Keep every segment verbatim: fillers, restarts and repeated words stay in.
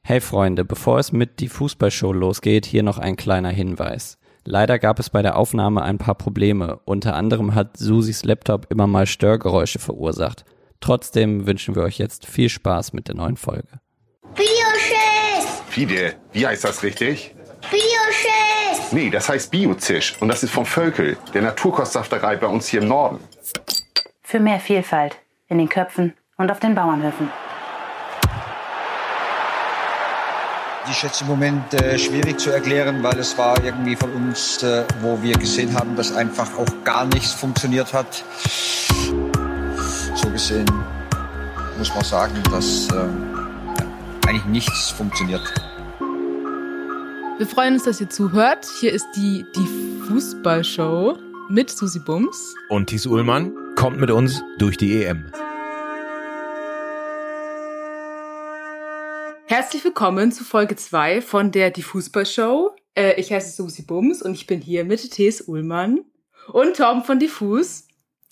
Hey Freunde, bevor es mit die Fußballshow losgeht, hier noch ein kleiner Hinweis. Leider gab es bei der Aufnahme ein paar Probleme. Unter anderem hat Susis Laptop immer mal Störgeräusche verursacht. Trotzdem wünschen wir euch jetzt viel Spaß mit der neuen Folge. Bioschiss! Fide, wie heißt das richtig? Bioschiss! Nee, das heißt Biozisch und das ist von Völkel, der Naturkostsafterei bei uns hier im Norden. Für mehr Vielfalt in den Köpfen und auf den Bauernhöfen. Ich schätze im Moment äh, schwierig zu erklären, weil es war irgendwie von uns, äh, wo wir gesehen haben, dass einfach auch gar nichts funktioniert hat. So gesehen muss man sagen, dass äh, ja, eigentlich nichts funktioniert. Wir freuen uns, dass ihr zuhört. Hier ist die, die Fußballshow mit Susi Bums. Und Thies Uhlmann kommt mit uns durch die E M. Herzlich willkommen zu Folge zwei von der Die Fußballshow. Äh, ich heiße Susi Bums und ich bin hier mit Thies Uhlmann und Torben von Diffus.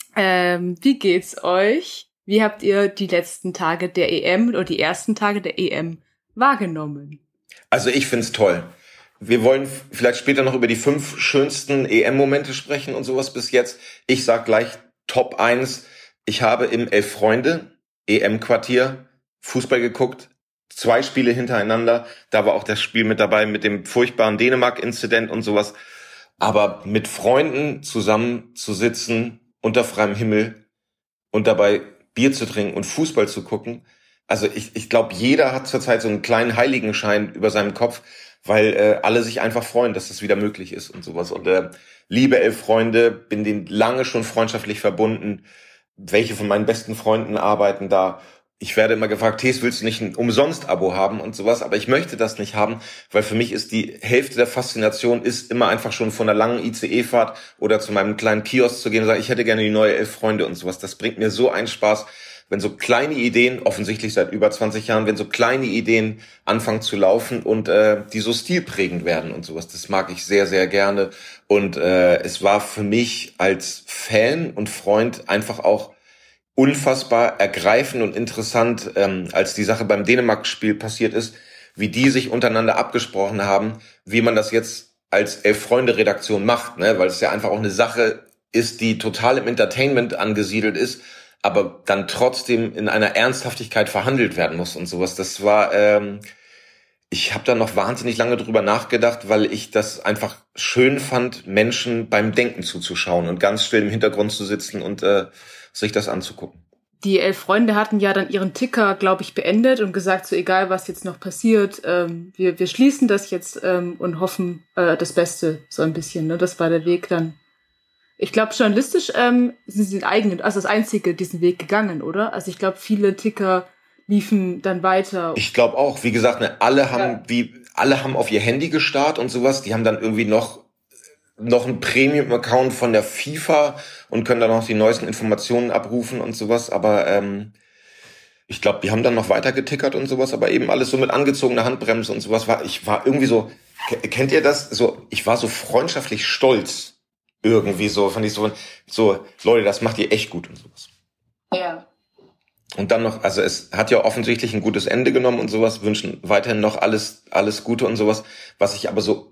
Ähm, wie geht's euch? Wie habt ihr die letzten Tage der E M oder die ersten Tage der E M wahrgenommen? Also ich find's toll. Wir wollen vielleicht später noch über die fünf schönsten E M-Momente sprechen und sowas bis jetzt. Ich sag gleich Top eins. Ich habe im Elf-Freunde-E M-Quartier Fußball geguckt. Zwei Spiele hintereinander. Da war auch das Spiel mit dabei mit dem furchtbaren Dänemark-Inzident und sowas. Aber mit Freunden zusammen zu sitzen, unter freiem Himmel und dabei Bier zu trinken und Fußball zu gucken. Also ich, ich glaube, jeder hat zurzeit so einen kleinen Heiligenschein über seinem Kopf, weil äh, alle sich einfach freuen, dass das wieder möglich ist und sowas. Und äh, liebe Elf Freunde, bin denen lange schon freundschaftlich verbunden. Welche von meinen besten Freunden arbeiten da? Ich werde immer gefragt, Thies, willst du nicht ein Umsonst-Abo haben und sowas? Aber ich möchte das nicht haben, weil für mich ist die Hälfte der Faszination ist immer einfach schon von einer langen I C E-Fahrt oder zu meinem kleinen Kiosk zu gehen und sagen, ich hätte gerne die neue Elf Freunde und sowas. Das bringt mir so einen Spaß, wenn so kleine Ideen, offensichtlich seit über zwanzig Jahren, wenn so kleine Ideen anfangen zu laufen und äh, die so stilprägend werden und sowas. Das mag ich sehr, sehr gerne. Und äh, es war für mich als Fan und Freund einfach auch unfassbar ergreifend und interessant, ähm, als die Sache beim Dänemark-Spiel passiert ist, wie die sich untereinander abgesprochen haben, wie man das jetzt als Elf-Freunde-Redaktion macht, ne? Weil es ja einfach auch eine Sache ist, die total im Entertainment angesiedelt ist, aber dann trotzdem in einer Ernsthaftigkeit verhandelt werden muss und sowas. Das war, ähm, ich habe da noch wahnsinnig lange drüber nachgedacht, weil ich das einfach schön fand, Menschen beim Denken zuzuschauen und ganz still im Hintergrund zu sitzen und äh, sich das anzugucken. Die Elf Freunde hatten ja dann ihren Ticker, glaube ich, beendet und gesagt, so egal, was jetzt noch passiert, ähm, wir, wir schließen das jetzt ähm, und hoffen äh, das Beste, so ein bisschen. Ne? Das war der Weg dann. Ich glaube, journalistisch ähm, sind sie den eigenen, also das Einzige, diesen Weg gegangen, oder? Also ich glaube, viele Ticker liefen dann weiter. Ich glaube auch, wie gesagt, ne, alle haben ja. wie alle haben auf ihr Handy gestarrt und sowas. Die haben dann irgendwie noch noch einen Premium-Account von der FIFA und können dann noch die neuesten Informationen abrufen und sowas. Aber ähm, ich glaube, die haben dann noch weiter getickert und sowas. Aber eben alles so mit angezogener Handbremse und sowas. War ich war irgendwie so, kennt ihr das? So, ich war so freundschaftlich stolz irgendwie so, fand ich so, so Leute, das macht ihr echt gut und sowas. Ja. Und dann noch, also es hat ja offensichtlich ein gutes Ende genommen und sowas, wünschen weiterhin noch alles alles Gute und sowas. Was ich aber so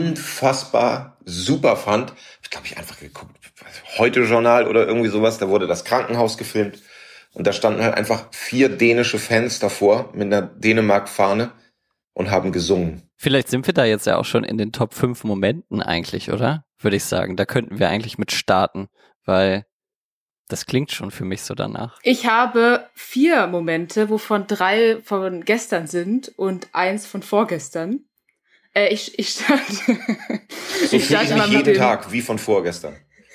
unfassbar super fand, ich glaube, ich einfach geguckt, Heute-Journal oder irgendwie sowas, da wurde das Krankenhaus gefilmt und da standen halt einfach vier dänische Fans davor mit einer Dänemark-Fahne und haben gesungen. Vielleicht sind wir da jetzt ja auch schon in den Top fünf Momenten eigentlich, oder? Würde ich sagen, da könnten wir eigentlich mit starten, weil das klingt schon für mich so danach. Ich habe vier Momente, wovon drei von gestern sind und eins von vorgestern. Äh, ich, ich stand, so ich stand ich mal mich jeden mit dem, Tag, wie von vorgestern.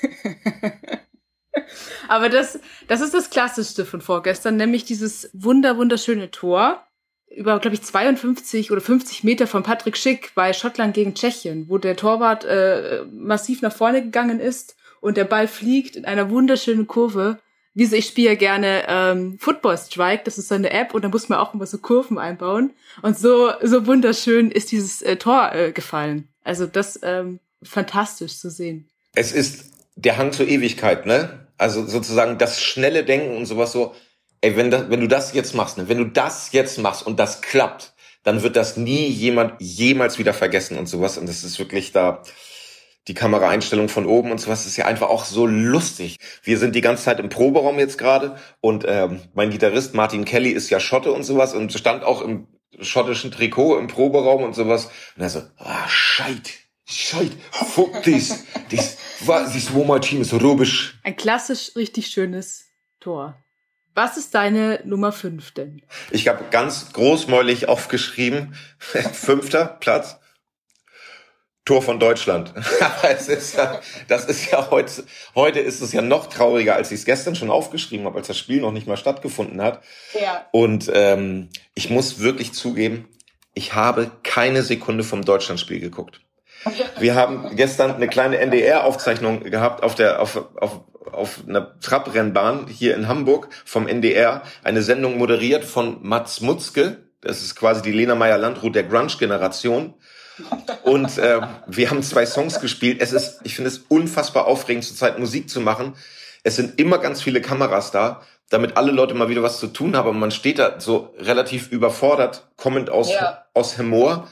Aber das, das ist das Klassischste von vorgestern, nämlich dieses wunder, wunderschöne Tor über, glaube ich, zweiundfünfzig oder fünfzig Meter von Patrick Schick bei Schottland gegen Tschechien, wo der Torwart äh, massiv nach vorne gegangen ist und der Ball fliegt in einer wunderschönen Kurve. Wie so, ich spiele ja gerne ähm, Football Strike, das ist so eine App und da muss man auch immer so Kurven einbauen. Und so so wunderschön ist dieses äh, Tor äh, gefallen. Also das ähm, fantastisch zu sehen. Es ist der Hang zur Ewigkeit, ne? Also sozusagen das schnelle Denken und sowas so, ey, wenn, das, wenn du das jetzt machst, ne? wenn du das jetzt machst und das klappt, dann wird das nie jemand jemals wieder vergessen und sowas. Und das ist wirklich da, die Kameraeinstellung von oben und sowas ist ja einfach auch so lustig. Wir sind die ganze Zeit im Proberaum jetzt gerade und ähm, mein Gitarrist Martin Kelly ist ja Schotte und sowas und stand auch im schottischen Trikot im Proberaum und sowas. Und er so, ah, Scheit, Scheit, fuck this, this, this wo my team is rubbish. Ein klassisch richtig schönes Tor. Was ist deine Nummer fünf denn? Ich habe ganz großmäulig aufgeschrieben, fünfter Platz, Tor von Deutschland. Aber es ist ja, das ist ja heute, heute ist es ja noch trauriger, als ich es gestern schon aufgeschrieben habe, als das Spiel noch nicht mal stattgefunden hat. Ja. Und ähm, ich muss wirklich zugeben, ich habe keine Sekunde vom Deutschlandspiel geguckt. Wir haben gestern eine kleine N D R-Aufzeichnung gehabt auf der auf auf auf einer Trabrennbahn hier in Hamburg vom N D R, eine Sendung moderiert von Mats Mutzke. Das ist quasi die Lena Meyer-Landrut der Grunge-Generation. Und äh, wir haben zwei Songs gespielt. Es ist, ich finde es unfassbar aufregend, zurzeit Musik zu machen. Es sind immer ganz viele Kameras da, damit alle Leute mal wieder was zu tun haben. Und man steht da so relativ überfordert, kommend aus, ja. aus Hemmoor.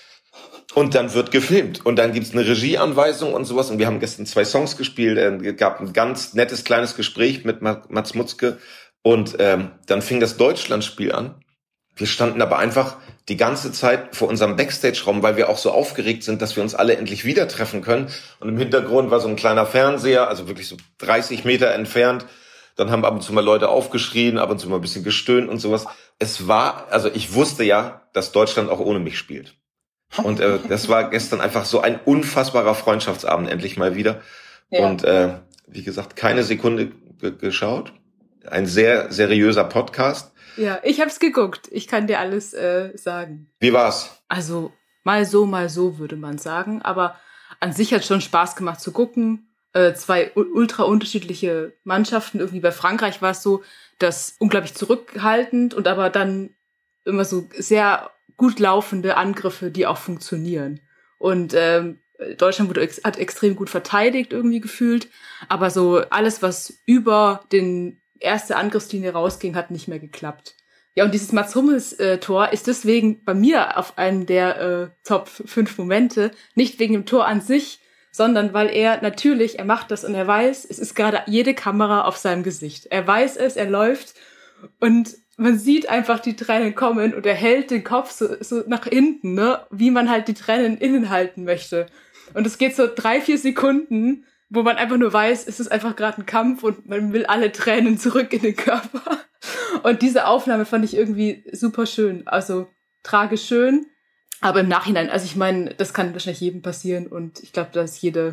Und dann wird gefilmt. Und dann gibt's eine Regieanweisung und sowas. Und wir haben gestern zwei Songs gespielt. Es gab ein ganz nettes kleines Gespräch mit Mats Mutzke. Und ähm, dann fing das Deutschlandspiel an. Wir standen aber einfach die ganze Zeit vor unserem Backstage-Raum, weil wir auch so aufgeregt sind, dass wir uns alle endlich wieder treffen können. Und im Hintergrund war so ein kleiner Fernseher, also wirklich so dreißig Meter entfernt. Dann haben ab und zu mal Leute aufgeschrien, ab und zu mal ein bisschen gestöhnt und sowas. Es war, also ich wusste ja, dass Deutschland auch ohne mich spielt. Und äh, das war gestern einfach so ein unfassbarer Freundschaftsabend endlich mal wieder. Ja. Und äh, wie gesagt, keine Sekunde g- geschaut. Ein sehr seriöser Podcast. Ja, ich hab's geguckt. Ich kann dir alles äh, sagen. Wie war's? Also mal so, mal so würde man sagen. Aber an sich hat schon Spaß gemacht zu gucken. Äh, zwei u- ultra unterschiedliche Mannschaften. Irgendwie bei Frankreich war es so, dass unglaublich zurückhaltend und aber dann immer so sehr gut laufende Angriffe, die auch funktionieren. Und ähm, Deutschland wurde ex- hat extrem gut verteidigt irgendwie gefühlt. Aber so alles, was über den erste Angriffslinie rausging, hat nicht mehr geklappt. Ja, und dieses Mats Hummels äh, Tor ist deswegen bei mir auf einem der äh, Top fünf Momente, nicht wegen dem Tor an sich, sondern weil er natürlich, er macht das und er weiß, es ist gerade jede Kamera auf seinem Gesicht. Er weiß es, er läuft und man sieht einfach die Tränen kommen und er hält den Kopf so, so nach hinten, ne, wie man halt die Tränen innen halten möchte. Und es geht so drei, vier Sekunden, wo man einfach nur weiß, es ist einfach gerade ein Kampf und man will alle Tränen zurück in den Körper. Und diese Aufnahme fand ich irgendwie super schön. Also tragisch schön, aber im Nachhinein, also ich meine, das kann wahrscheinlich jedem passieren und ich glaube, da ist jede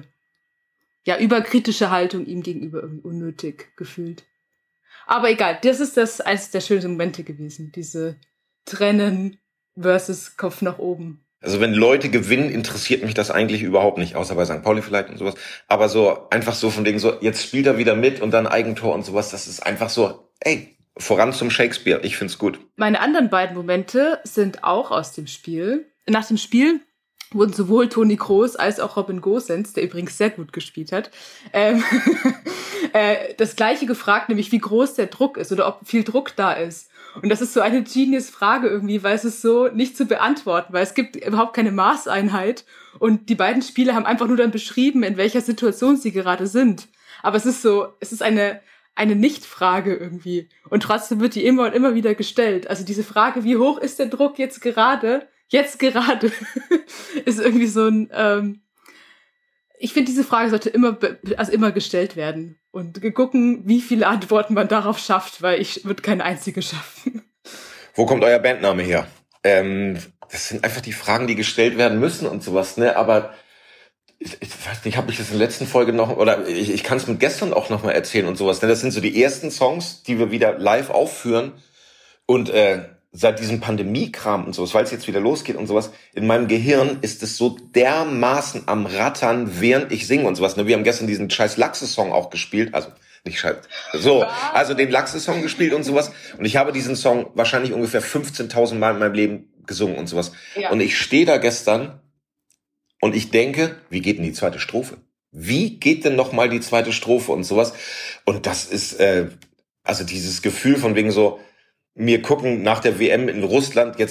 ja überkritische Haltung ihm gegenüber irgendwie unnötig gefühlt. Aber egal, das ist das eines der schönsten Momente gewesen, diese Tränen versus Kopf nach oben. Also wenn Leute gewinnen, interessiert mich das eigentlich überhaupt nicht, außer bei Sankt Pauli vielleicht und sowas. Aber so einfach so von denen so, jetzt spielt er wieder mit und dann Eigentor und sowas, das ist einfach so, ey, voran zum Shakespeare, ich find's gut. Meine anderen beiden Momente sind auch aus dem Spiel. Nach dem Spiel wurden sowohl Toni Kroos als auch Robin Gosens, der übrigens sehr gut gespielt hat, ähm, äh, das Gleiche gefragt, nämlich wie groß der Druck ist oder ob viel Druck da ist. Und das ist so eine Genius-Frage irgendwie, weil es ist so nicht zu beantworten, weil es gibt überhaupt keine Maßeinheit und die beiden Spieler haben einfach nur dann beschrieben, in welcher Situation sie gerade sind. Aber es ist so, es ist eine eine Nicht-Frage irgendwie und trotzdem wird die immer und immer wieder gestellt. Also diese Frage, wie hoch ist der Druck jetzt gerade, jetzt gerade, ist irgendwie so ein, ähm, ich finde, diese Frage sollte immer, also immer gestellt werden und gucken, wie viele Antworten man darauf schafft, weil ich würde keine einzige schaffen. Wo kommt euer Bandname her? Ähm, das sind einfach die Fragen, die gestellt werden müssen und sowas, ne? Aber ich, ich weiß nicht, habe ich das in der letzten Folge noch, oder ich, ich kann es mit gestern auch noch mal erzählen und sowas, ne? Das sind so die ersten Songs, die wir wieder live aufführen und äh, seit diesem Pandemie-Kram und sowas, weil es jetzt wieder losgeht und sowas, in meinem Gehirn ist es so dermaßen am Rattern, während ich singe und sowas. Ne? Wir haben gestern diesen scheiß Lachse-Song auch gespielt, also nicht scheiß, so, also den Lachse-Song gespielt und sowas. Und ich habe diesen Song wahrscheinlich ungefähr fünfzehntausend Mal in meinem Leben gesungen und sowas. Ja. Und ich stehe da gestern und ich denke, wie geht denn die zweite Strophe? Wie geht denn nochmal die zweite Strophe und sowas? Und das ist, äh, also dieses Gefühl von wegen so, mir gucken nach der W M in Russland jetzt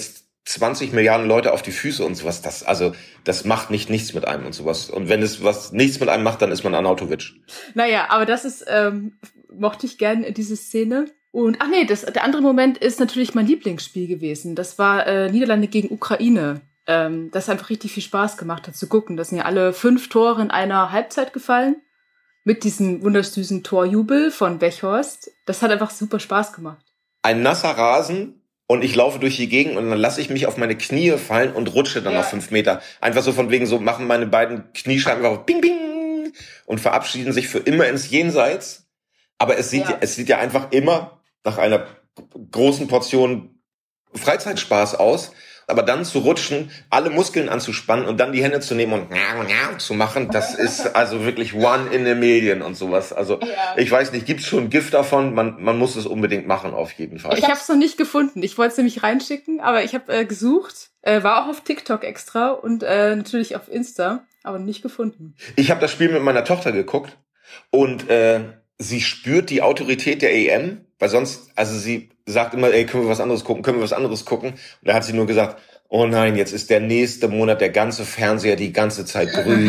zwanzig Milliarden Leute auf die Füße und sowas. Das, also, das macht nicht nichts mit einem und sowas. Und wenn es was nichts mit einem macht, dann ist man Arnautovic. Naja, aber das ist, ähm, mochte ich gerne diese Szene. Und, ach nee, das, der andere Moment ist natürlich mein Lieblingsspiel gewesen. Das war äh, Niederlande gegen Ukraine. Ähm, das einfach richtig viel Spaß gemacht hat zu gucken. Das sind ja alle fünf Tore in einer Halbzeit gefallen. Mit diesem wundersüßen Torjubel von Weghorst. Das hat einfach super Spaß gemacht. Ein nasser Rasen. Und ich laufe durch die Gegend und dann lasse ich mich auf meine Knie fallen und rutsche dann ja. auf fünf Meter. Einfach so von wegen so, machen meine beiden Kniescheiben einfach bing, bing und verabschieden sich für immer ins Jenseits. Aber es sieht ja, ja es sieht ja einfach immer nach einer großen Portion Freizeitspaß aus. Aber dann zu rutschen, alle Muskeln anzuspannen und dann die Hände zu nehmen und zu machen, das ist also wirklich one in a million und sowas. Also ja. Ich weiß nicht, gibt's schon Gift davon? Man man muss es unbedingt machen, auf jeden Fall. Ich habe es noch nicht gefunden. Ich wollte es nämlich reinschicken, aber ich habe äh, gesucht, äh, war auch auf TikTok extra und äh, natürlich auf Insta, aber nicht gefunden. Ich habe das Spiel mit meiner Tochter geguckt und äh, sie spürt die Autorität der E M, weil sonst, also sie sagt immer, ey, können wir was anderes gucken, können wir was anderes gucken? Und da hat sie nur gesagt, oh nein, jetzt ist der nächste Monat der ganze Fernseher die ganze Zeit grün.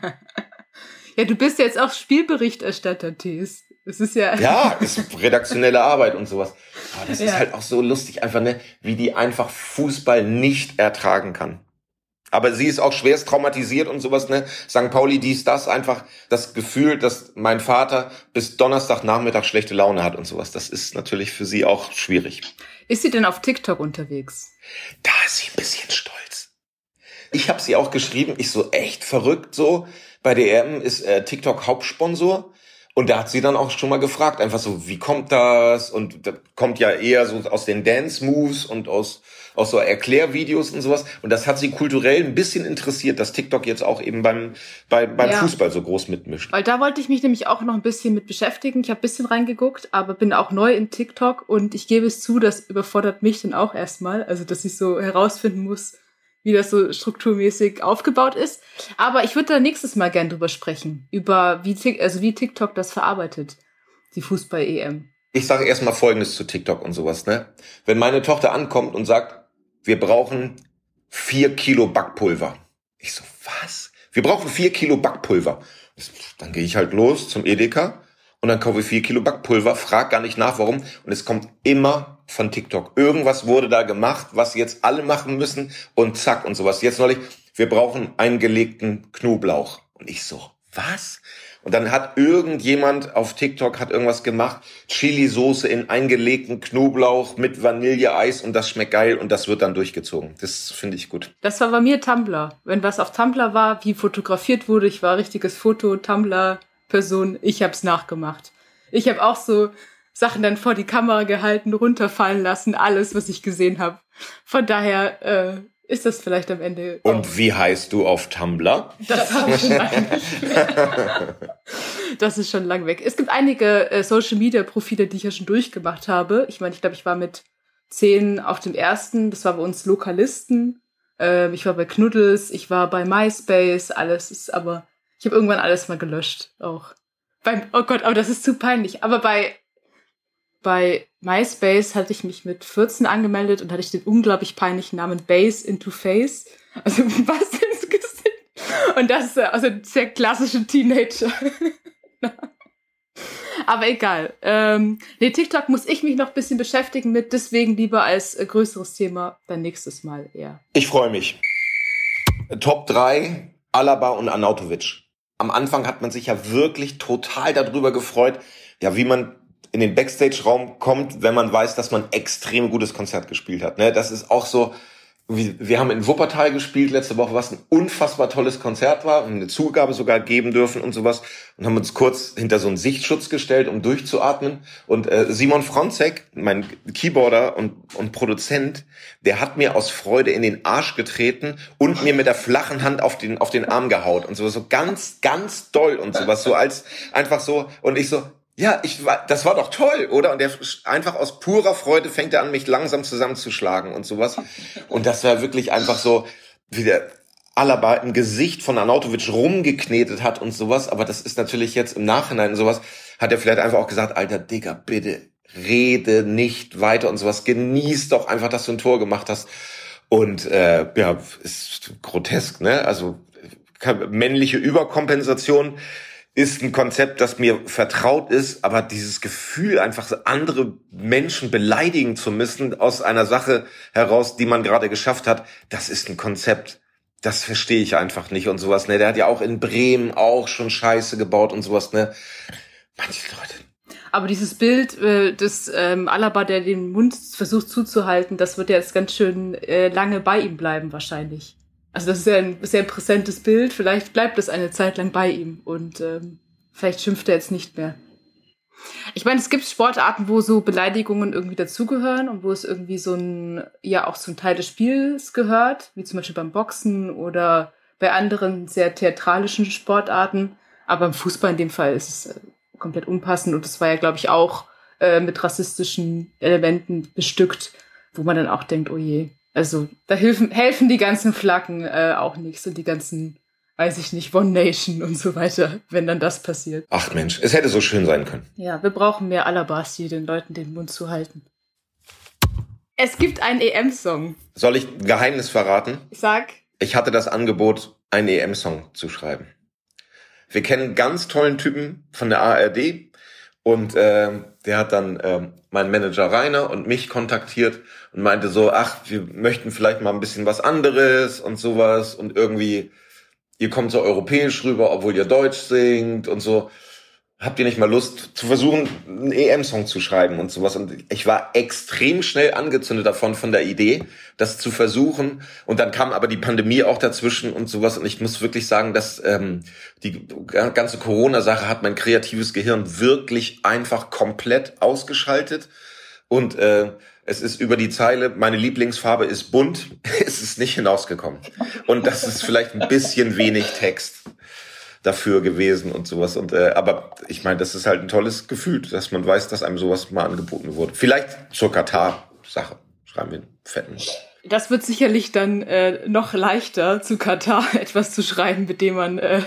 Ja, du bist jetzt auch Spielberichterstatter, Thies. Es ist ja... Ja, ist redaktionelle Arbeit und sowas. Aber das ja. ist halt auch so lustig, einfach, ne, wie die einfach Fußball nicht ertragen kann. Aber sie ist auch schwerst traumatisiert und sowas, ne? Sankt Pauli, dies, das, einfach das Gefühl, dass mein Vater bis Donnerstagnachmittag schlechte Laune hat und sowas. Das ist natürlich für sie auch schwierig. Ist sie denn auf TikTok unterwegs? Da ist sie ein bisschen stolz. Ich habe sie auch geschrieben, ich so echt verrückt so. Bei der E M ist äh, TikTok Hauptsponsor. Und da hat sie dann auch schon mal gefragt, einfach so, wie kommt das? Und das kommt ja eher so aus den Dance-Moves und aus aus so Erklärvideos und sowas. Und das hat sie kulturell ein bisschen interessiert, dass TikTok jetzt auch eben beim bei, beim ja. Fußball so groß mitmischt. Weil da wollte ich mich nämlich auch noch ein bisschen mit beschäftigen. Ich habe ein bisschen reingeguckt, aber bin auch neu in TikTok. Und ich gebe es zu, das überfordert mich dann auch erstmal. Also, dass ich so herausfinden muss, wie das so strukturmäßig aufgebaut ist. Aber ich würde da nächstes Mal gern drüber sprechen. Über wie, also wie TikTok das verarbeitet, die Fußball-E M. Ich sage erstmal Folgendes zu TikTok und sowas, ne? Wenn meine Tochter ankommt und sagt, wir brauchen vier Kilo Backpulver. Ich so, was? Wir brauchen vier Kilo Backpulver. Dann gehe ich halt los zum Edeka und dann kaufe ich vier Kilo Backpulver, frag gar nicht nach, warum. Und es kommt immer von TikTok. Irgendwas wurde da gemacht, was jetzt alle machen müssen und zack und sowas. Jetzt neulich, wir brauchen eingelegten Knoblauch. Und ich so, was? Und dann hat irgendjemand auf TikTok hat irgendwas gemacht, Chili-Soße in eingelegten Knoblauch mit Vanilleeis und das schmeckt geil und das wird dann durchgezogen. Das finde ich gut. Das war bei mir Tumblr. Wenn was auf Tumblr war, wie fotografiert wurde, ich war richtiges Foto, Tumblr-Person, ich hab's nachgemacht. Ich habe auch so Sachen dann vor die Kamera gehalten, runterfallen lassen, alles, was ich gesehen habe. Von daher äh, ist das vielleicht am Ende... Und auch. Wie heißt du auf Tumblr? Das habe ich schon lange nicht mehr. Das ist schon lang weg. Es gibt einige äh, Social-Media-Profile, die ich ja schon durchgemacht habe. Ich meine, ich glaube, ich war mit zehn auf dem ersten. Das war bei uns Lokalisten. Äh, ich war bei Knuddels, ich war bei MySpace. Alles ist aber... Ich habe irgendwann alles mal gelöscht auch. Beim, oh Gott, aber das ist zu peinlich. Aber bei... Bei MySpace hatte ich mich mit vierzehn angemeldet und hatte ich den unglaublich peinlichen Namen Base into Face. Also was ins Gesicht. Und das ist also ein sehr klassischer Teenager. Aber egal. Ähm, nee, TikTok muss ich mich noch ein bisschen beschäftigen mit, deswegen lieber als äh, größeres Thema dann nächstes Mal eher. Ich freue mich. Top drei, Alaba und Arnautovic. Am Anfang hat man sich ja wirklich total darüber gefreut, ja, wie man in den Backstage-Raum kommt, wenn man weiß, dass man extrem gutes Konzert gespielt hat. Ne, das ist auch so, wie, wir haben in Wuppertal gespielt letzte Woche, was ein unfassbar tolles Konzert war, und eine Zugabe sogar geben dürfen und sowas, und haben uns kurz hinter so einen Sichtschutz gestellt, um durchzuatmen. Und äh, Simon Fronzek, mein Keyboarder und, und Produzent, der hat mir aus Freude in den Arsch getreten und mir mit der flachen Hand auf den, auf den Arm gehaut und sowas, so ganz, ganz doll und sowas, so als einfach so, und ich so, ja, ich war, das war doch toll, oder? Und der einfach aus purer Freude fängt er an, mich langsam zusammenzuschlagen und sowas. Und das war wirklich einfach so, wie der Alaba im Gesicht von Arnautovic rumgeknetet hat und sowas. Aber das ist natürlich jetzt im Nachhinein und sowas, hat er vielleicht einfach auch gesagt, alter Digga, bitte rede nicht weiter und sowas. Genieß doch einfach, dass du ein Tor gemacht hast. Und äh, ja, ist grotesk, ne? Also männliche Überkompensation ist ein Konzept, das mir vertraut ist, aber dieses Gefühl, einfach andere Menschen beleidigen zu müssen aus einer Sache heraus, die man gerade geschafft hat, das ist ein Konzept, das verstehe ich einfach nicht und sowas, ne? Der hat ja auch in Bremen auch schon Scheiße gebaut und sowas, ne? Manche Leute. Aber dieses Bild äh, des ähm, Alaba, der den Mund versucht zuzuhalten, das wird ja jetzt ganz schön äh, lange bei ihm bleiben wahrscheinlich. Also das ist ja ein sehr präsentes Bild. Vielleicht bleibt es eine Zeit lang bei ihm und ähm, vielleicht schimpft er jetzt nicht mehr. Ich meine, es gibt Sportarten, wo so Beleidigungen irgendwie dazugehören und wo es irgendwie so ein, ja auch zum Teil des Spiels gehört, wie zum Beispiel beim Boxen oder bei anderen sehr theatralischen Sportarten. Aber beim Fußball in dem Fall ist es komplett unpassend und das war ja, glaube ich, auch äh, mit rassistischen Elementen bestückt, wo man dann auch denkt, oh je. Also da helfen, helfen die ganzen Flaggen äh, auch nichts und die ganzen, weiß ich nicht, One Nation und so weiter, wenn dann das passiert. Ach Mensch, es hätte so schön sein können. Ja, wir brauchen mehr Alabas, die den Leuten den Mund zuhalten. Es gibt einen E M-Song. Soll ich ein Geheimnis verraten? Sag. Ich hatte das Angebot, einen E M-Song zu schreiben. Wir kennen einen ganz tollen Typen von der A R D und äh, der hat dann äh, meinen Manager Rainer und mich kontaktiert und meinte so, ach, wir möchten vielleicht mal ein bisschen was anderes und sowas und irgendwie, ihr kommt so europäisch rüber, obwohl ihr Deutsch singt und so. Habt ihr nicht mal Lust zu versuchen, einen E M-Song zu schreiben und sowas? Und ich war extrem schnell angezündet davon, von der Idee, das zu versuchen. Und dann kam aber die Pandemie auch dazwischen und sowas. Und ich muss wirklich sagen, dass ähm, die ganze Corona-Sache hat mein kreatives Gehirn wirklich einfach komplett ausgeschaltet. Und äh, es ist über die Zeile, meine Lieblingsfarbe ist bunt, es ist nicht hinausgekommen. Und das ist vielleicht ein bisschen wenig Text dafür gewesen und sowas. Und äh, aber ich meine, das ist halt ein tolles Gefühl, dass man weiß, dass einem sowas mal angeboten wurde. Vielleicht zur Katar-Sache. Schreiben wir einen fetten. Das wird sicherlich dann äh, noch leichter, zu Katar etwas zu schreiben, mit dem man äh,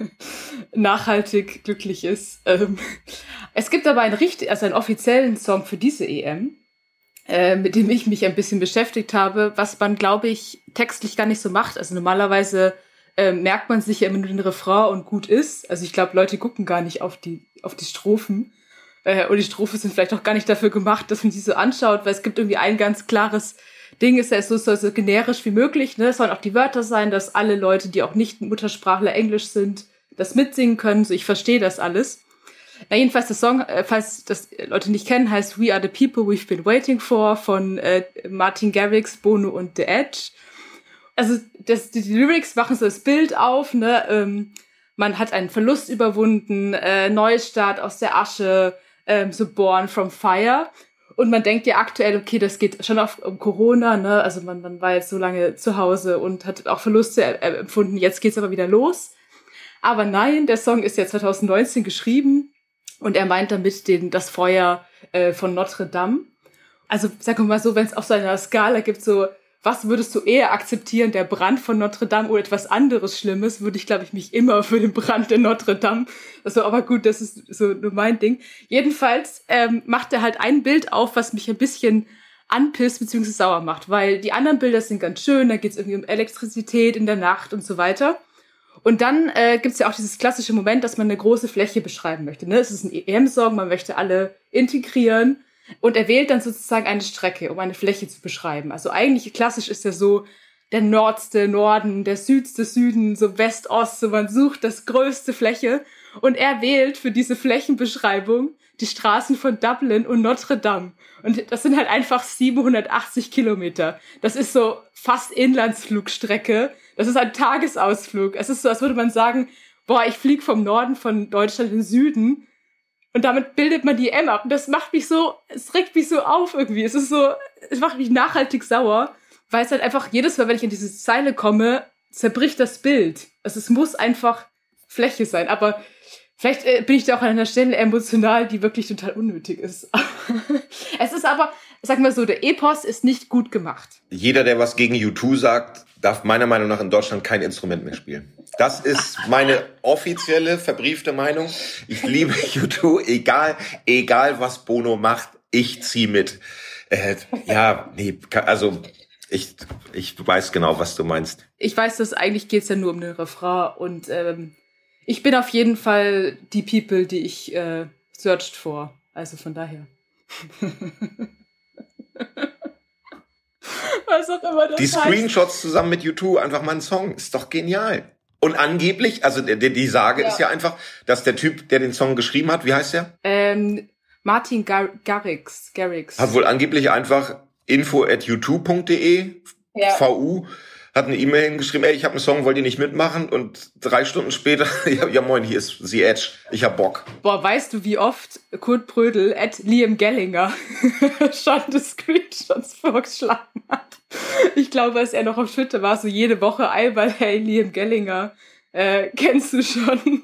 nachhaltig glücklich ist. Ähm, es gibt aber einen, richtig, also einen offiziellen Song für diese E M, äh, mit dem ich mich ein bisschen beschäftigt habe, was man, glaube ich, textlich gar nicht so macht. Also normalerweise äh, merkt man sich ja immer nur den Refrain und gut ist. Also ich glaube, Leute gucken gar nicht auf die auf die Strophen. Äh, und die Strophen sind vielleicht auch gar nicht dafür gemacht, dass man die so anschaut, weil es gibt irgendwie ein ganz klares Ding, ist ja so, so, so generisch wie möglich. Ne? Es sollen auch die Wörter sein, dass alle Leute, die auch nicht Muttersprachler Englisch sind, das mitsingen können. So, ich verstehe das alles. Na, jedenfalls, der Song, äh, falls das Leute nicht kennen, heißt We Are the People We've Been Waiting For von äh, Martin Garrix, Bono und The Edge. Also das, die, die Lyrics machen so das Bild auf, ne? Ähm, man hat einen Verlust überwunden, äh, Neustart aus der Asche, ähm, so Born from Fire. Und man denkt ja aktuell, okay, das geht schon auf, um Corona, ne? Also man, man war jetzt so lange zu Hause und hat auch Verluste äh, empfunden. Jetzt geht's aber wieder los. Aber nein, der Song ist ja zwanzig neunzehn geschrieben und er meint damit den, das Feuer äh, von Notre Dame. Also sagen wir mal so, wenn es auf so einer Skala gibt, so was würdest du eher akzeptieren, der Brand von Notre Dame oder etwas anderes Schlimmes, würde ich, glaube ich, mich immer für den Brand der Notre Dame. Also, aber gut, das ist so nur mein Ding. Jedenfalls ähm, macht er halt ein Bild auf, was mich ein bisschen anpisst bzw. sauer macht, weil die anderen Bilder sind ganz schön, da geht es irgendwie um Elektrizität in der Nacht und so weiter. Und dann äh, gibt es ja auch dieses klassische Moment, dass man eine große Fläche beschreiben möchte. Ne? Es ist ein E M-Song, man möchte alle integrieren. Und er wählt dann sozusagen eine Strecke, um eine Fläche zu beschreiben. Also eigentlich klassisch ist ja so der nordste Norden, der südste Süden, so West-Ost, so man sucht das größte Fläche. Und er wählt für diese Flächenbeschreibung die Straßen von Dublin und Notre Dame. Und das sind halt einfach siebenhundertachtzig Kilometer. Das ist so fast Inlandsflugstrecke. Das ist ein Tagesausflug. Es ist so, als würde man sagen, boah, ich fliege vom Norden von Deutschland in den Süden. Und damit bildet man die E M ab. Und das macht mich so, es regt mich so auf irgendwie. Es ist so, es macht mich nachhaltig sauer, weil es halt einfach jedes Mal, wenn ich in diese Zeile komme, zerbricht das Bild. Also es muss einfach Fläche sein. Aber vielleicht äh, bin ich da auch an einer Stelle emotional, die wirklich total unnötig ist. Es ist aber, sag mal so, der Epos ist nicht gut gemacht. Jeder, der was gegen U zwei sagt, darf meiner Meinung nach in Deutschland kein Instrument mehr spielen. Das ist meine offizielle, verbriefte Meinung. Ich liebe U zwei, egal, egal was Bono macht, ich zieh mit. Äh, ja, nee, also Ich, ich weiß genau, was du meinst. Ich weiß, dass eigentlich geht's ja nur um den Refrain und ähm, ich bin auf jeden Fall die People, die ich äh, searched for. Also von daher. Was auch immer das Die heißt. Screenshots zusammen mit U zwei, einfach mal ein Song. Ist doch genial. Und angeblich, also die, die Sage ja. ist ja einfach, dass der Typ, der den Song geschrieben hat, wie heißt der? Ähm, Martin Gar- Garrix. Garrix. Hat wohl angeblich einfach info at u zwei punkt de ja. V U hat eine E-Mail hingeschrieben, ey, ich habe einen Song, wollt ihr nicht mitmachen? Und drei Stunden später, ja, ja moin, hier ist The Edge, ich hab Bock. Boah, weißt du, wie oft Kurt Brödel at Liam Gellinger schon das Screenshots vorgeschlagen hat? Ich glaube, als er noch auf Twitter war, so jede Woche einmal, hey, Liam Gellinger, äh, kennst du schon?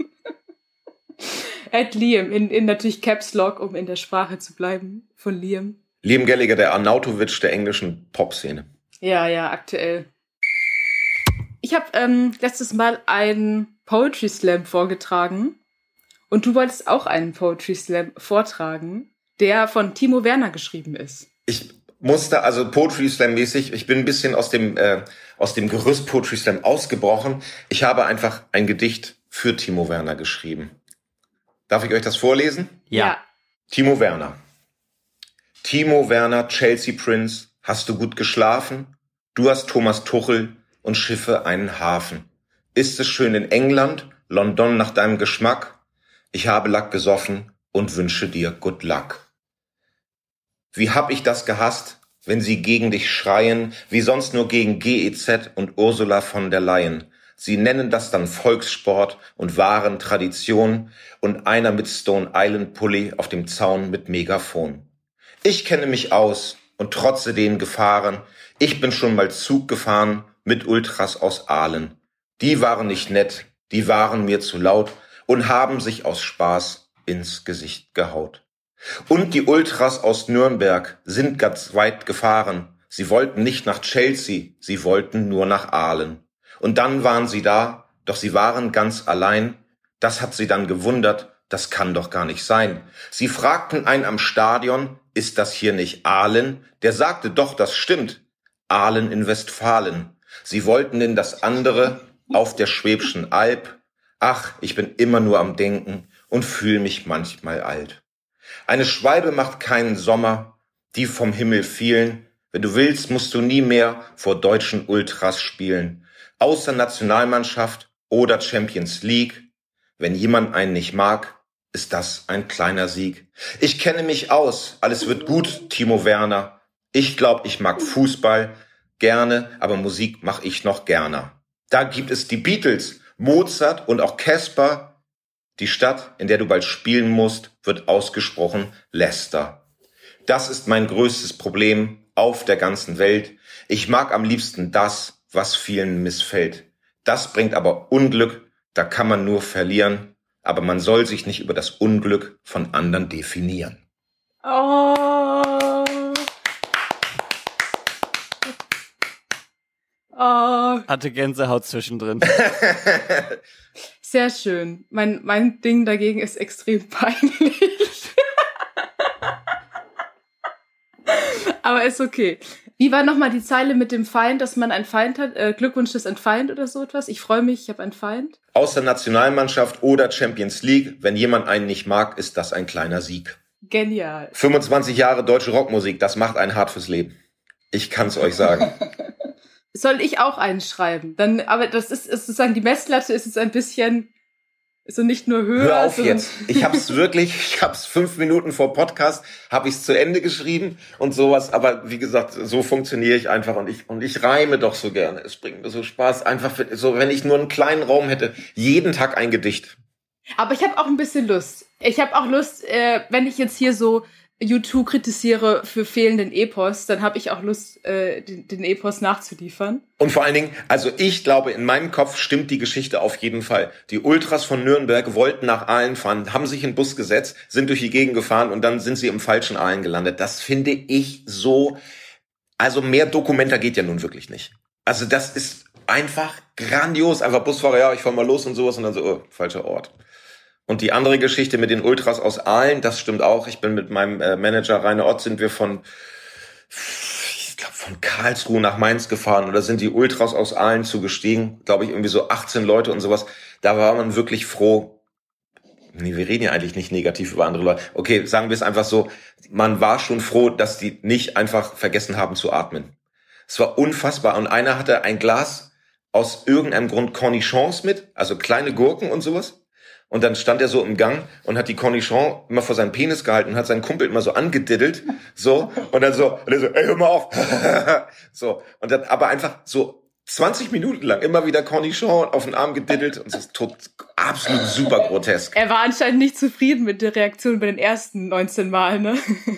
at Liam, in, in natürlich Caps Lock, um in der Sprache zu bleiben, von Liam. Liam Gallagher, der Arnautovic der englischen Popszene. Ja, ja, aktuell. Ich habe ähm, letztes Mal einen Poetry Slam vorgetragen und du wolltest auch einen Poetry Slam vortragen, der von Timo Werner geschrieben ist. Ich musste also Poetry Slam mäßig, ich bin ein bisschen aus dem äh, aus dem Gerüst Poetry Slam ausgebrochen. Ich habe einfach ein Gedicht für Timo Werner geschrieben. Darf ich euch das vorlesen? Ja. ja. Timo Werner. Timo Werner, Chelsea Prince, hast du gut geschlafen? Du hast Thomas Tuchel und Schiffe einen Hafen. Ist es schön in England, London nach deinem Geschmack? Ich habe Lack gesoffen und wünsche dir good luck. Wie hab ich das gehasst, wenn sie gegen dich schreien, wie sonst nur gegen G E Z und Ursula von der Leyen. Sie nennen das dann Volkssport und wahren Tradition und einer mit Stone Island Pulli auf dem Zaun mit Megafon. Ich kenne mich aus und trotze den Gefahren. Ich bin schon mal Zug gefahren mit Ultras aus Aalen. Die waren nicht nett, die waren mir zu laut und haben sich aus Spaß ins Gesicht gehaut. Und die Ultras aus Nürnberg sind ganz weit gefahren. Sie wollten nicht nach Chelsea, sie wollten nur nach Aalen. Und dann waren sie da, doch sie waren ganz allein. Das hat sie dann gewundert, das kann doch gar nicht sein. Sie fragten einen am Stadion, ist das hier nicht Aalen? Der sagte, doch, das stimmt. Aalen in Westfalen. Sie wollten in das andere, auf der Schwäbischen Alb. Ach, ich bin immer nur am Denken und fühle mich manchmal alt. Eine Schwalbe macht keinen Sommer, die vom Himmel fielen. Wenn du willst, musst du nie mehr vor deutschen Ultras spielen. Außer Nationalmannschaft oder Champions League. Wenn jemand einen nicht mag, ist das ein kleiner Sieg. Ich kenne mich aus, alles wird gut, Timo Werner. Ich glaube, ich mag Fußball gerne, aber Musik mache ich noch gerne. Da gibt es die Beatles, Mozart und auch Casper. Die Stadt, in der du bald spielen musst, wird ausgesprochen Leicester. Das ist mein größtes Problem auf der ganzen Welt. Ich mag am liebsten das, was vielen missfällt. Das bringt aber Unglück, da kann man nur verlieren. Aber man soll sich nicht über das Unglück von anderen definieren. Oh. Oh. Hatte Gänsehaut zwischendrin. Sehr schön. Mein, mein Ding dagegen ist extrem peinlich. Aber ist okay. Wie war nochmal die Zeile mit dem Feind, dass man einen Feind hat? Äh, Glückwunsch ist ein Feind oder so etwas? Ich freue mich, ich habe einen Feind. Aus der Nationalmannschaft oder Champions League, wenn jemand einen nicht mag, ist das ein kleiner Sieg. Genial. fünfundzwanzig Jahre deutsche Rockmusik, das macht einen hart fürs Leben. Ich kann's euch sagen. Soll ich auch einen schreiben? Dann, aber das ist, ist sozusagen, die Messlatte ist jetzt ein bisschen, so nicht nur höher. Hör auf jetzt. Ich hab's wirklich, ich hab's fünf Minuten vor Podcast, hab ich's zu Ende geschrieben und sowas. Aber wie gesagt, so funktioniere ich einfach und ich, und ich reime doch so gerne. Es bringt mir so Spaß. Einfach für, so, wenn ich nur einen kleinen Raum hätte, jeden Tag ein Gedicht. Aber ich habe auch ein bisschen Lust. Ich habe auch Lust, äh, wenn ich jetzt hier so U zwei kritisiere für fehlenden Epos, dann habe ich auch Lust, äh, den, den Epos nachzuliefern. Und vor allen Dingen, also ich glaube, in meinem Kopf stimmt die Geschichte auf jeden Fall. Die Ultras von Nürnberg wollten nach Aalen fahren, haben sich in den Bus gesetzt, sind durch die Gegend gefahren und dann sind sie im falschen Aalen gelandet. Das finde ich so, also mehr Dokumenta geht ja nun wirklich nicht. Also das ist einfach grandios. Einfach Busfahrer, ja, ich fahr mal los und sowas und dann so, oh, falscher Ort. Und die andere Geschichte mit den Ultras aus Aalen, das stimmt auch. Ich bin mit meinem äh, Manager Rainer Ott, sind wir von, ich glaube, von Karlsruhe nach Mainz gefahren oder sind die Ultras aus Aalen zugestiegen, glaube ich, irgendwie so achtzehn Leute und sowas. Da war man wirklich froh. Nee, wir reden ja eigentlich nicht negativ über andere Leute. Okay, sagen wir es einfach so, man war schon froh, dass die nicht einfach vergessen haben zu atmen. Es war unfassbar. Und einer hatte ein Glas aus irgendeinem Grund Cornichons mit, also kleine Gurken und sowas. Und dann stand er so im Gang und hat die Cornichon immer vor seinen Penis gehalten und hat seinen Kumpel immer so angediddelt, so. Und dann so, und er so, ey, hör mal auf. So. Und dann aber einfach so zwanzig Minuten lang immer wieder Cornichon auf den Arm gediddelt und das ist tot, absolut super grotesk. Er war anscheinend nicht zufrieden mit der Reaktion bei den ersten neunzehn Mal, ne?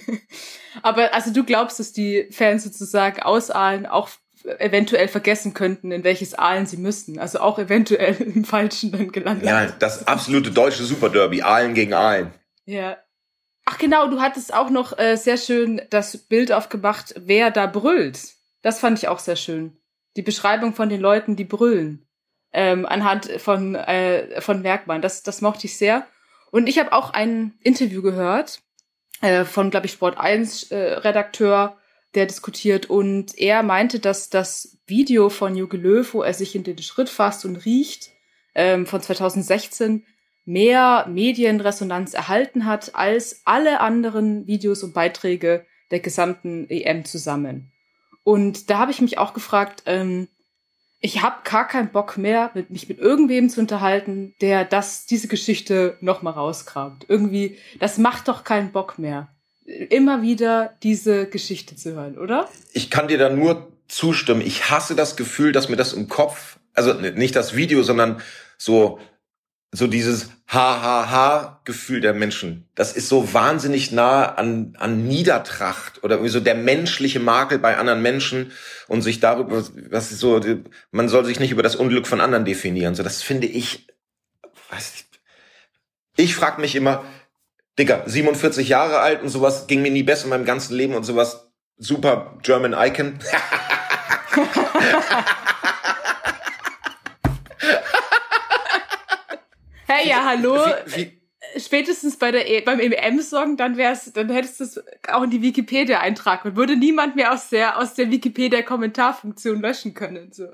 Aber also du glaubst, dass die Fans sozusagen aus Aalen auch eventuell vergessen könnten, in welches Aalen sie müssten. Also auch eventuell im Falschen dann gelandet. Ja, das absolute deutsche Superderby, Aalen gegen Aalen. Ja. Ach genau, du hattest auch noch äh, sehr schön das Bild aufgemacht, wer da brüllt. Das fand ich auch sehr schön. Die Beschreibung von den Leuten, die brüllen. Ähm, anhand von, äh, von Merkmalen. Das, das mochte ich sehr. Und ich habe auch ein Interview gehört äh, von, glaube ich, Sport eins äh, Redakteur, der diskutiert. Und er meinte, dass das Video von Jogi Löw, wo er sich in den Schritt fasst und riecht, ähm, von zwanzig sechzehn, mehr Medienresonanz erhalten hat als alle anderen Videos und Beiträge der gesamten E M zusammen. Und da habe ich mich auch gefragt, ähm, ich habe gar keinen Bock mehr, mit, mich mit irgendwem zu unterhalten, der das diese Geschichte noch mal rauskramt. Irgendwie, das macht doch keinen Bock mehr, immer wieder diese Geschichte zu hören, oder? Ich kann dir da nur zustimmen. Ich hasse das Gefühl, dass mir das im Kopf, also nicht das Video, sondern so so dieses Ha-Ha-Ha-Gefühl der Menschen. Das ist so wahnsinnig nah an, an Niedertracht oder irgendwie so der menschliche Makel bei anderen Menschen und sich darüber, was ist so, man soll sich nicht über das Unglück von anderen definieren. So, das finde ich, was, ich frage mich immer, Digga, siebenundvierzig Jahre alt und sowas, ging mir nie besser in meinem ganzen Leben und sowas, super German Icon. Hey, ja, hallo. Wie, wie, Spätestens bei der e- beim E M-Song, dann wär's, dann hättest du es auch in die Wikipedia eintragen und würde niemand mehr aus der aus der Wikipedia-Kommentarfunktion löschen können. So.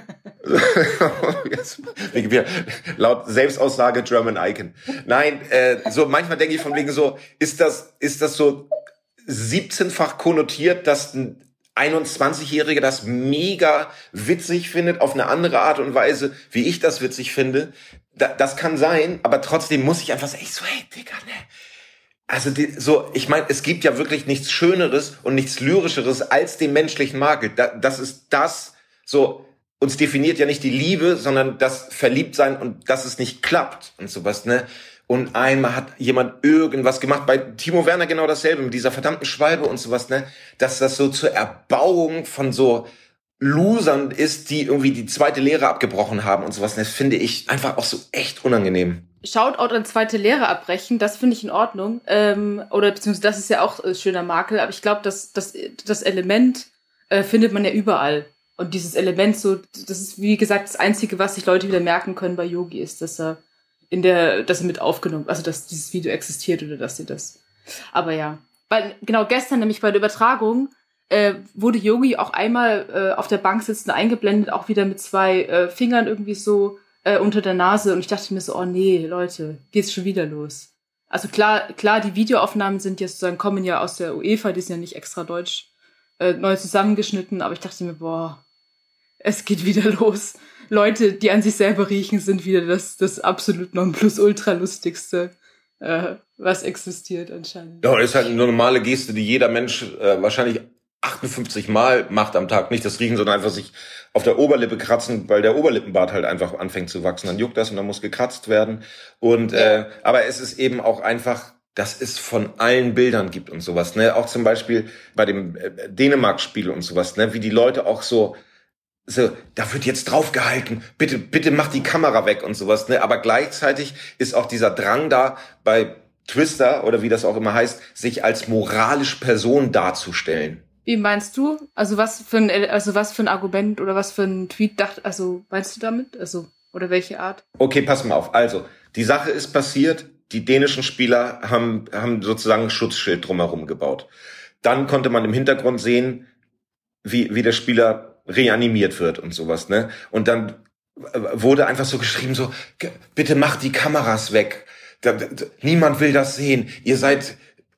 Laut Selbstaussage German Icon. Nein, äh, so manchmal denke ich von wegen so, ist das ist das so siebzehnfach konnotiert, dass ein einundzwanzigjähriger das mega witzig findet auf eine andere Art und Weise, wie ich das witzig finde. Da, das kann sein, aber trotzdem muss ich einfach sagen, ich so, hey, Digga, ne. Also die, so, ich meine, es gibt ja wirklich nichts Schöneres und nichts Lyrischeres als den menschlichen Makel. Da, das ist das, so, uns definiert ja nicht die Liebe, sondern das Verliebtsein und dass es nicht klappt und sowas, ne. Und einmal hat jemand irgendwas gemacht, bei Timo Werner genau dasselbe, mit dieser verdammten Schwalbe und sowas, ne, dass das so zur Erbauung von so Losern ist, die irgendwie die zweite Lehre abgebrochen haben und sowas. Das finde ich einfach auch so echt unangenehm. Shoutout an zweite Lehre abbrechen, das finde ich in Ordnung. Ähm, oder beziehungsweise das ist ja auch äh, schöner Makel, aber ich glaube, dass das, das Element äh, findet man ja überall. Und dieses Element so, das ist wie gesagt das Einzige, was sich Leute wieder merken können bei Yogi, ist, dass er in der, dass er mit aufgenommen, also dass dieses Video existiert oder dass sie das. Aber ja. Weil, genau, gestern nämlich bei der Übertragung Äh, wurde Yogi auch einmal äh, auf der Bank sitzend eingeblendet, auch wieder mit zwei äh, Fingern irgendwie so äh, unter der Nase. Und ich dachte mir so, oh nee, Leute, geht's schon wieder los. Also klar, klar, die Videoaufnahmen sind ja sozusagen, kommen ja aus der UEFA, die sind ja nicht extra deutsch, äh, neu zusammengeschnitten. Aber ich dachte mir, boah, es geht wieder los. Leute, die an sich selber riechen, sind wieder das, das absolut Nonplusultra-lustigste, äh, was existiert anscheinend. Ja, das ist halt eine normale Geste, die jeder Mensch äh, wahrscheinlich achtundfünfzig Mal macht am Tag, nicht das Riechen, sondern einfach sich auf der Oberlippe kratzen, weil der Oberlippenbart halt einfach anfängt zu wachsen. Dann juckt das und dann muss gekratzt werden. Und ja. äh, aber es ist eben auch einfach, dass es von allen Bildern gibt und sowas. Ne, auch zum Beispiel bei dem äh, Dänemark-Spiel und sowas. Ne, wie die Leute auch so, so, da wird jetzt draufgehalten. Bitte, bitte mach die Kamera weg und sowas. Ne, aber gleichzeitig ist auch dieser Drang da bei Twister oder wie das auch immer heißt, sich als moralische Person darzustellen. Wie meinst du? Also was für ein, also was für ein Argument oder was für ein Tweet dacht, also meinst du damit? Also, oder welche Art? Okay, pass mal auf. Also, die Sache ist passiert, die dänischen Spieler haben, haben sozusagen ein Schutzschild drumherum gebaut. Dann konnte man im Hintergrund sehen, wie, wie der Spieler reanimiert wird und sowas, ne? Und dann wurde einfach so geschrieben, so, bitte macht die Kameras weg. Da, da, niemand will das sehen. Ihr seid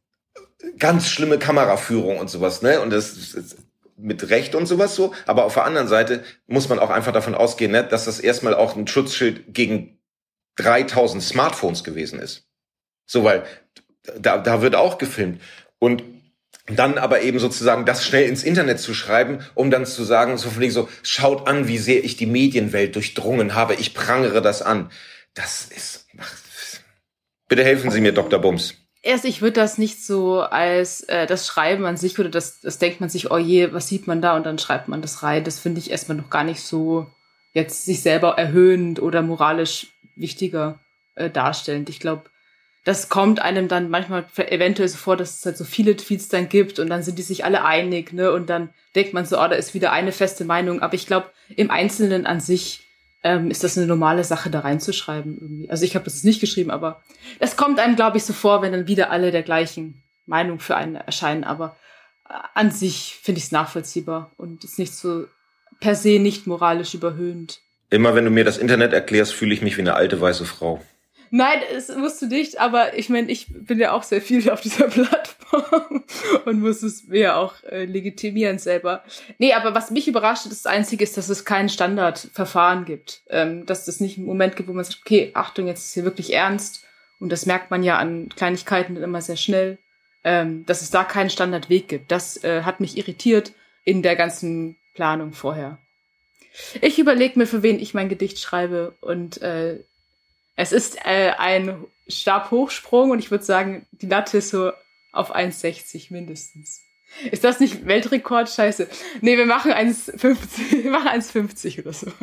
ganz schlimme Kameraführung und sowas, ne? Und das ist mit Recht und sowas so. Aber auf der anderen Seite muss man auch einfach davon ausgehen, ne, dass das erstmal auch ein Schutzschild gegen dreitausend Smartphones gewesen ist. So, weil da, da wird auch gefilmt. Und dann aber eben sozusagen das schnell ins Internet zu schreiben, um dann zu sagen, so von wegen so, schaut an, wie sehr ich die Medienwelt durchdrungen habe, ich prangere das an. Das ist, ach, bitte helfen Sie mir, Doktor Bums. Erst, ich würde das nicht so als äh, das Schreiben an sich, oder das, das denkt man sich, oh je, was sieht man da, und dann schreibt man das rein. Das finde ich erstmal noch gar nicht so jetzt sich selber erhöhend oder moralisch wichtiger äh, darstellend. Ich glaube, das kommt einem dann manchmal eventuell so vor, dass es halt so viele Tweets dann gibt und dann sind die sich alle einig, ne? Und dann denkt man so, oh, da ist wieder eine feste Meinung. Aber ich glaube, im Einzelnen an sich ähm, ist das eine normale Sache, da reinzuschreiben irgendwie. Also ich habe das jetzt nicht geschrieben, aber das kommt einem, glaube ich, so vor, wenn dann wieder alle der gleichen Meinung für einen erscheinen. Aber äh, an sich finde ich es nachvollziehbar und ist nicht so per se nicht moralisch überhöhend. Immer wenn du mir das Internet erklärst, fühle ich mich wie eine alte weiße Frau. Nein, das musst du nicht, aber ich meine, ich bin ja auch sehr viel auf dieser Plattform und muss es mir auch äh, legitimieren selber. Nee, aber was mich überrascht, das Einzige ist, dass es kein Standardverfahren gibt. Ähm, dass es nicht einen Moment gibt, wo man sagt, okay, Achtung, jetzt ist hier wirklich ernst. Und das merkt man ja an Kleinigkeiten immer sehr schnell, ähm, dass es da keinen Standardweg gibt. Das äh, hat mich irritiert in der ganzen Planung vorher. Ich überlege mir, für wen ich mein Gedicht schreibe und äh, es ist äh, ein Stabhochsprung und ich würde sagen, die Latte ist so auf eins sechzig mindestens. Ist das nicht Weltrekord? Scheiße. Nee, wir machen eins fünfzig, wir machen eins fünfzig oder so.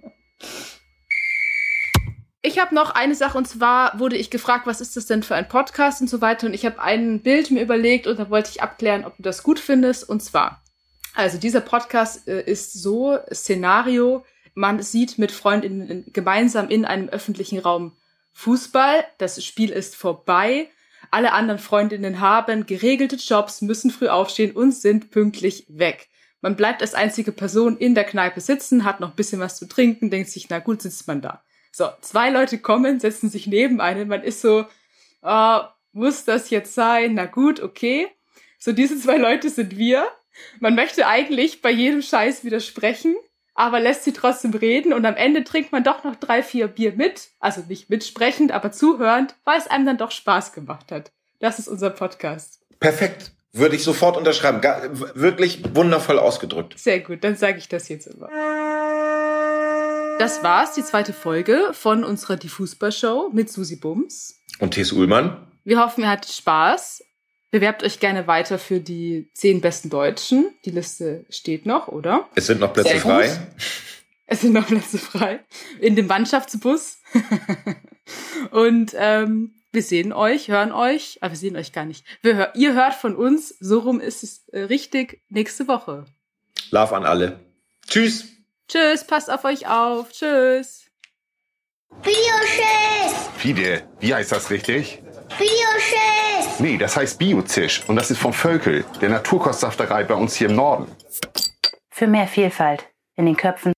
Ich habe noch eine Sache, und zwar wurde ich gefragt, was ist das denn für ein Podcast und so weiter. Und ich habe ein Bild mir überlegt und da wollte ich abklären, ob du das gut findest. Und zwar, also dieser Podcast äh, ist so, Szenario, man sieht mit Freundinnen gemeinsam in einem öffentlichen Raum Fußball. Das Spiel ist vorbei. Alle anderen Freundinnen haben geregelte Jobs, müssen früh aufstehen und sind pünktlich weg. Man bleibt als einzige Person in der Kneipe sitzen, hat noch ein bisschen was zu trinken, denkt sich, na gut, sitzt man da. So, zwei Leute kommen, setzen sich neben einen. Man ist so, oh, muss das jetzt sein? Na gut, okay. So, diese zwei Leute sind wir. Man möchte eigentlich bei jedem Scheiß widersprechen, aber lässt sie trotzdem reden und am Ende trinkt man doch noch drei, vier Bier mit, also nicht mitsprechend, aber zuhörend, weil es einem dann doch Spaß gemacht hat. Das ist unser Podcast. Perfekt, würde ich sofort unterschreiben. Gar, wirklich wundervoll ausgedrückt. Sehr gut, dann sage ich das jetzt immer. Das war's, die zweite Folge von unserer Die Fußball-Show mit Susi Bums. Und T S Ullmann. Wir hoffen, ihr hattet Spaß. Bewerbt euch gerne weiter für die zehn besten Deutschen. Die Liste steht noch, oder? Es sind noch Plätze frei. Es sind noch Plätze frei. In dem Mannschaftsbus. Und ähm, wir sehen euch, hören euch. Aber wir sehen euch gar nicht. Wir hör, ihr hört von uns. So rum ist es äh, richtig nächste Woche. Love an alle. Tschüss. Tschüss, passt auf euch auf. Tschüss. Bioschiss! Fide, wie heißt das richtig? Bioschiss! Nee, das heißt Biozisch. Und das ist vom Völkel, der Naturkostsafterei bei uns hier im Norden. Für mehr Vielfalt in den Köpfen